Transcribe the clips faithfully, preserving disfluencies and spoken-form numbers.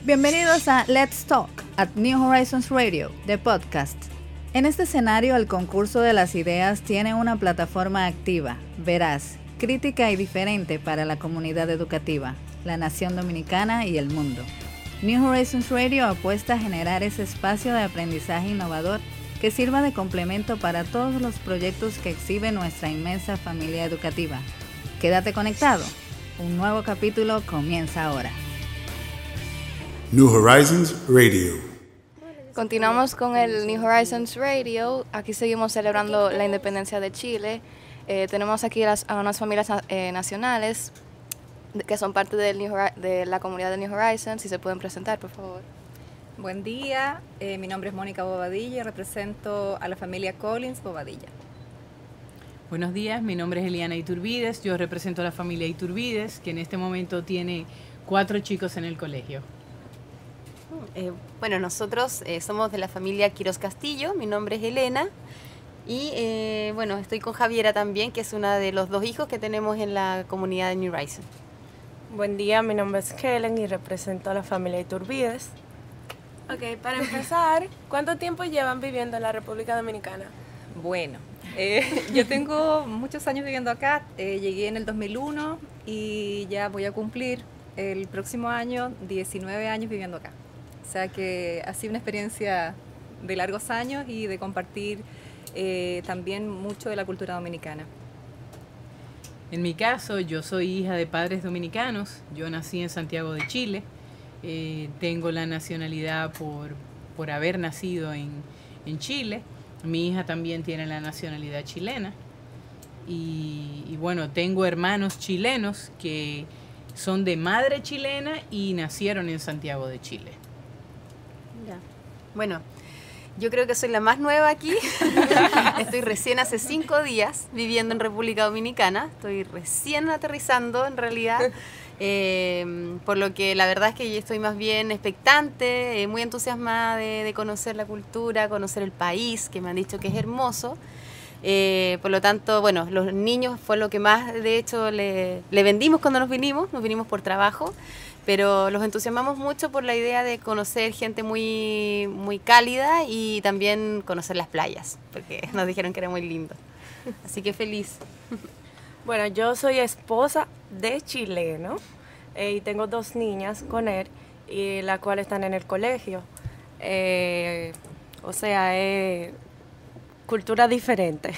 Bienvenidos a Let's Talk at New Horizons Radio, the podcast. En este escenario, el concurso de las ideas tiene una plataforma activa, veraz, crítica y diferente para la comunidad educativa, la nación dominicana y el mundo. New Horizons Radio apuesta a generar ese espacio de aprendizaje innovador que sirva de complemento para todos los proyectos que exhibe nuestra inmensa familia educativa. Quédate conectado. Un nuevo capítulo comienza ahora. New Horizons Radio. Continuamos con el New Horizons Radio. Aquí seguimos celebrando la independencia de Chile. Eh, tenemos aquí las, a unas familias eh, nacionales que son parte del New, de la comunidad de New Horizons. Si se pueden presentar, por favor. Buen día, eh, mi nombre es Mónica Bobadilla y represento a la familia Collins Bobadilla. Buenos días, mi nombre es Eliana Iturbides, yo represento a la familia Iturbides, que en este momento tiene cuatro chicos en el colegio. Eh, bueno, nosotros eh, somos de la familia Quiroz Castillo, mi nombre es Elena y eh, bueno, estoy con Javiera también, que es una de los dos hijos que tenemos en la comunidad de New Horizons. Buen día, mi nombre es Kellen y represento a la familia Iturbides. Ok, para empezar, ¿cuánto tiempo llevan viviendo en la República Dominicana? Bueno, eh, yo tengo muchos años viviendo acá, eh, llegué en el dos mil uno y ya voy a cumplir el próximo año diecinueve años viviendo acá. O sea que ha sido una experiencia de largos años y de compartir eh, también mucho de la cultura dominicana. En mi caso, yo soy hija de padres dominicanos, yo nací en Santiago de Chile, eh, tengo la nacionalidad por, por haber nacido en, en Chile, mi hija también tiene la nacionalidad chilena y, y bueno, tengo hermanos chilenos que son de madre chilena y nacieron en Santiago de Chile. Ya. Bueno, yo creo que soy la más nueva aquí. Estoy recién hace cinco días viviendo en República Dominicana. Estoy recién aterrizando en realidad. Eh, por lo que la verdad es que yo estoy más bien expectante, eh, muy entusiasmada de, de conocer la cultura, conocer el país, que me han dicho que es hermoso. Eh, por lo tanto, bueno, los niños fue lo que más de hecho le, le vendimos cuando nos vinimos, nos vinimos por trabajo. Pero los entusiasmamos mucho por la idea de conocer gente muy, muy cálida y también conocer las playas, porque nos dijeron que era muy lindo. Así que feliz. Bueno, yo soy esposa de chileno eh, y tengo dos niñas con él, y las cuales están en el colegio. Eh, o sea, es cultura diferente.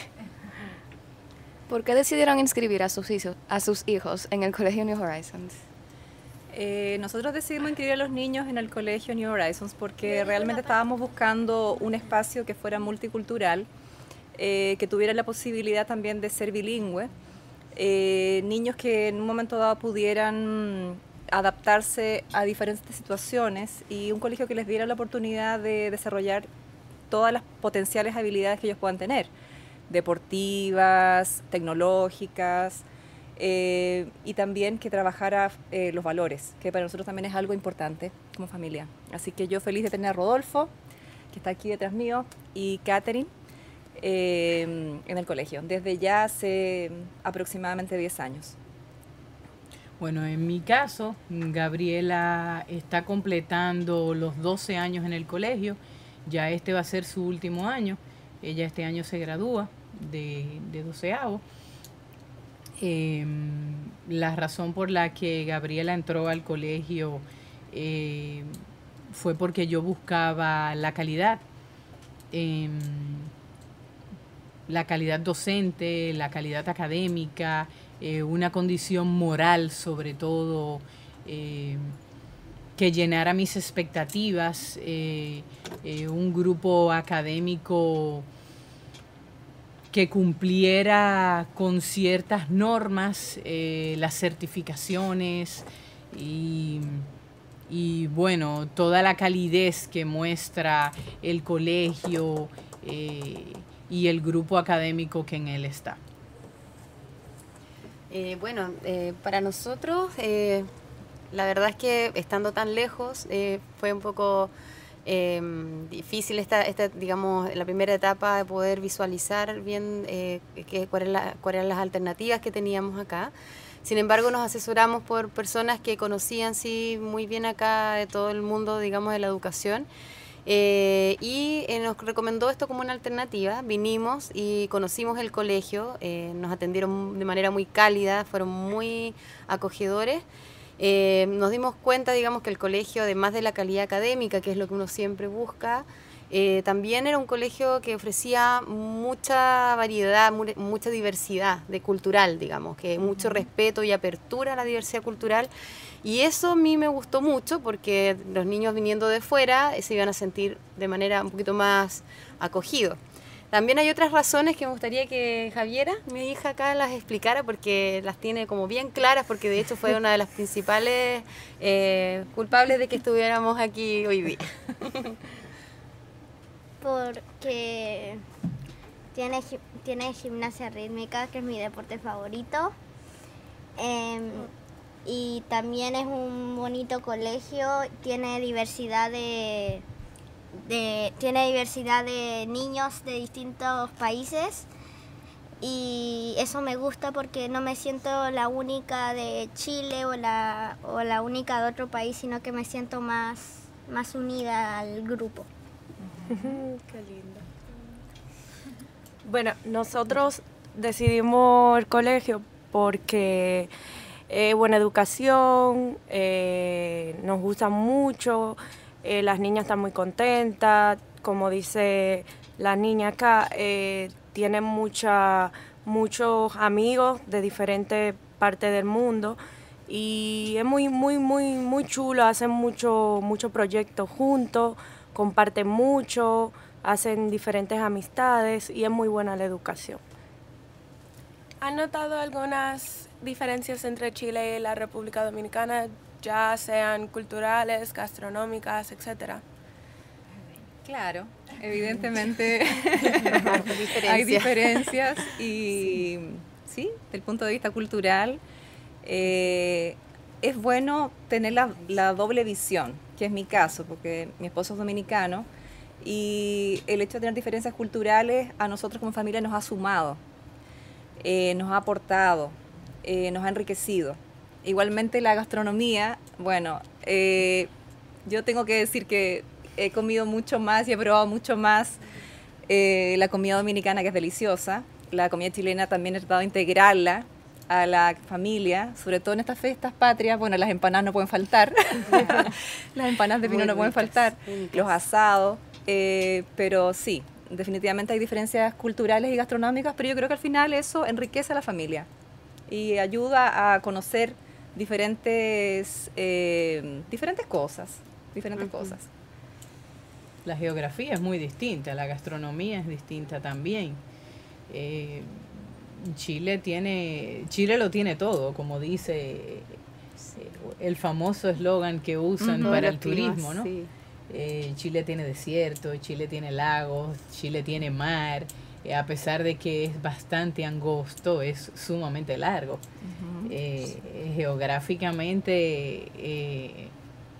¿Por qué decidieron inscribir a sus hijos, a sus hijos en el colegio New Horizons? Eh, nosotros decidimos inscribir a los niños en el colegio New Horizons porque realmente estábamos buscando un espacio que fuera multicultural, eh, que tuviera la posibilidad también de ser bilingüe, eh, niños que en un momento dado pudieran adaptarse a diferentes situaciones y un colegio que les diera la oportunidad de desarrollar todas las potenciales habilidades que ellos puedan tener, deportivas, tecnológicas, Eh, y también que trabajara eh, los valores, que para nosotros también es algo importante como familia. Así que yo feliz de tener a Rodolfo, que está aquí detrás mío, y Catherine eh, en el colegio, desde ya hace aproximadamente diez años. Bueno, en mi caso, Gabriela está completando los doce años en el colegio, ya este va a ser su último año, ella este año se gradúa de, de doceavo. Eh, la razón por la que Gabriela entró al colegio eh, fue porque yo buscaba la calidad, eh, la calidad docente, la calidad académica, eh, una condición moral sobre todo eh, que llenara mis expectativas, eh, eh, un grupo académico que cumpliera con ciertas normas, eh, las certificaciones y, y bueno, toda la calidez que muestra el colegio eh, y el grupo académico que en él está. Eh, bueno, eh, para nosotros, eh, la verdad es que estando tan lejos, eh, fue un poco Eh, difícil esta, esta, digamos, la primera etapa de poder visualizar bien eh, que, cuáles la, cuáles eran las alternativas que teníamos acá. Sin embargo, nos asesoramos por personas que conocían sí muy bien acá de todo el mundo, digamos, de la educación. Eh, y eh, nos recomendó esto como una alternativa. Vinimos y conocimos el colegio, eh, nos atendieron de manera muy cálida, fueron muy acogedores. Eh, nos dimos cuenta, digamos, que el colegio, además de la calidad académica, que es lo que uno siempre busca, eh, también era un colegio que ofrecía mucha variedad, mu mucha diversidad de cultural, digamos, que mucho respeto y apertura a la diversidad cultural. Y eso a mí me gustó mucho porque los niños viniendo de fuera se iban a sentir de manera un poquito más acogidos. También hay otras razones que me gustaría que Javiera, mi hija acá, las explicara porque las tiene como bien claras, porque de hecho fue una de las principales eh, culpables de que estuviéramos aquí hoy día. Porque tiene, tiene gimnasia rítmica, que es mi deporte favorito. Eh, y también es un bonito colegio, tiene diversidad de... De, tiene diversidad de niños de distintos países y eso me gusta porque no me siento la única de Chile o la, o la única de otro país, sino que me siento más, más unida al grupo. Qué lindo. Bueno, nosotros decidimos el colegio porque es buena educación, eh, nos gusta mucho. Eh, las niñas están muy contentas, como dice la niña acá, eh, tienen mucha, muchos amigos de diferentes partes del mundo y es muy, muy, muy, muy chulo, hacen muchos mucho proyectos juntos, comparten mucho, hacen diferentes amistades y es muy buena la educación. ¿Han notado algunas diferencias entre Chile y la República Dominicana, ya sean culturales, gastronómicas, etcétera? Claro, evidentemente hay diferencias y sí, desde el punto de vista cultural eh, es bueno tener la, la doble visión, que es mi caso, porque mi esposo es dominicano y el hecho de tener diferencias culturales a nosotros como familia nos ha sumado, eh, nos ha aportado, eh, nos ha enriquecido. Igualmente la gastronomía, bueno, eh, yo tengo que decir que he comido mucho más y he probado mucho más eh, la comida dominicana, que es deliciosa. La comida chilena también he tratado de integrarla a la familia, sobre todo en estas fiestas patrias. Bueno, las empanadas no pueden faltar, las empanadas de pino no pueden faltar, los asados, eh, pero sí, definitivamente hay diferencias culturales y gastronómicas, pero yo creo que al final eso enriquece a la familia y ayuda a conocer diferentes, eh, diferentes cosas, diferentes uh-huh. cosas. La geografía es muy distinta, la gastronomía es distinta también. Eh, Chile tiene, Chile lo tiene todo, como dice sí. el famoso eslogan que usan uh-huh, para el turismo, ¿no? Sí. Eh, Chile tiene desierto, Chile tiene lagos, Chile tiene mar, eh, a pesar de que es bastante angosto, es sumamente largo. Uh-huh. eh, geográficamente, eh,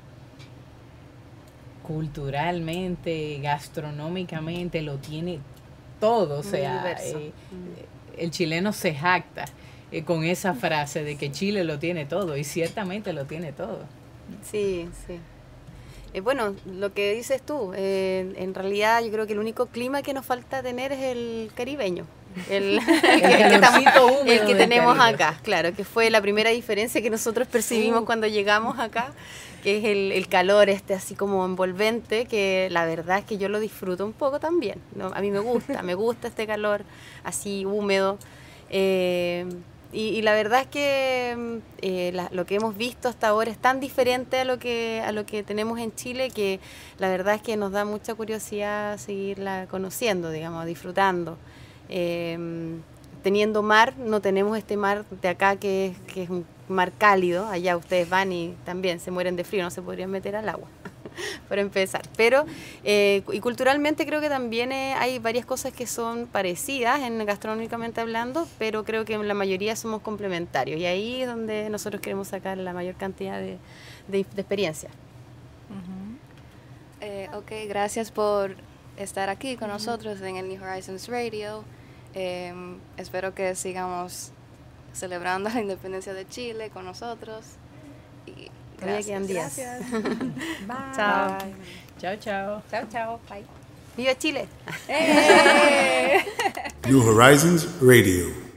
culturalmente, gastronómicamente, lo tiene todo, o sea, eh, el chileno se jacta eh, con esa frase de que Chile lo tiene todo, y ciertamente lo tiene todo. Sí, sí. Eh, bueno, lo que dices tú, eh, en realidad yo creo que el único clima que nos falta tener es el caribeño. El, el, el, que, estamos, el que tenemos Caribe. Acá, claro, que fue la primera diferencia que nosotros percibimos uh. cuando llegamos acá, que es el, el calor este así como envolvente, que la verdad es que yo lo disfruto un poco también, ¿no? A mí me gusta, me gusta este calor así húmedo, eh, y, y la verdad es que eh, la, lo que hemos visto hasta ahora es tan diferente a lo que a lo que tenemos en Chile, que la verdad es que nos da mucha curiosidad seguirla conociendo, digamos, disfrutando. Eh, teniendo mar, no tenemos este mar de acá que es, que es un mar cálido, allá ustedes van y también se mueren de frío, no se podrían meter al agua, para empezar. Pero, eh, y culturalmente creo que también eh, hay varias cosas que son parecidas, en gastronómicamente hablando, pero creo que la mayoría somos complementarios, y ahí es donde nosotros queremos sacar la mayor cantidad de, de, de experiencia. Uh-huh. eh, ok, gracias por estar aquí con uh-huh. nosotros en el New Horizons Radio. Eh, espero que sigamos celebrando la independencia de Chile con nosotros. Y Todavía gracias. quedan días. Gracias. Bye. Chao. Chao, chao. Chao, chao. Bye. ¡Viva Chile! New Horizons Radio.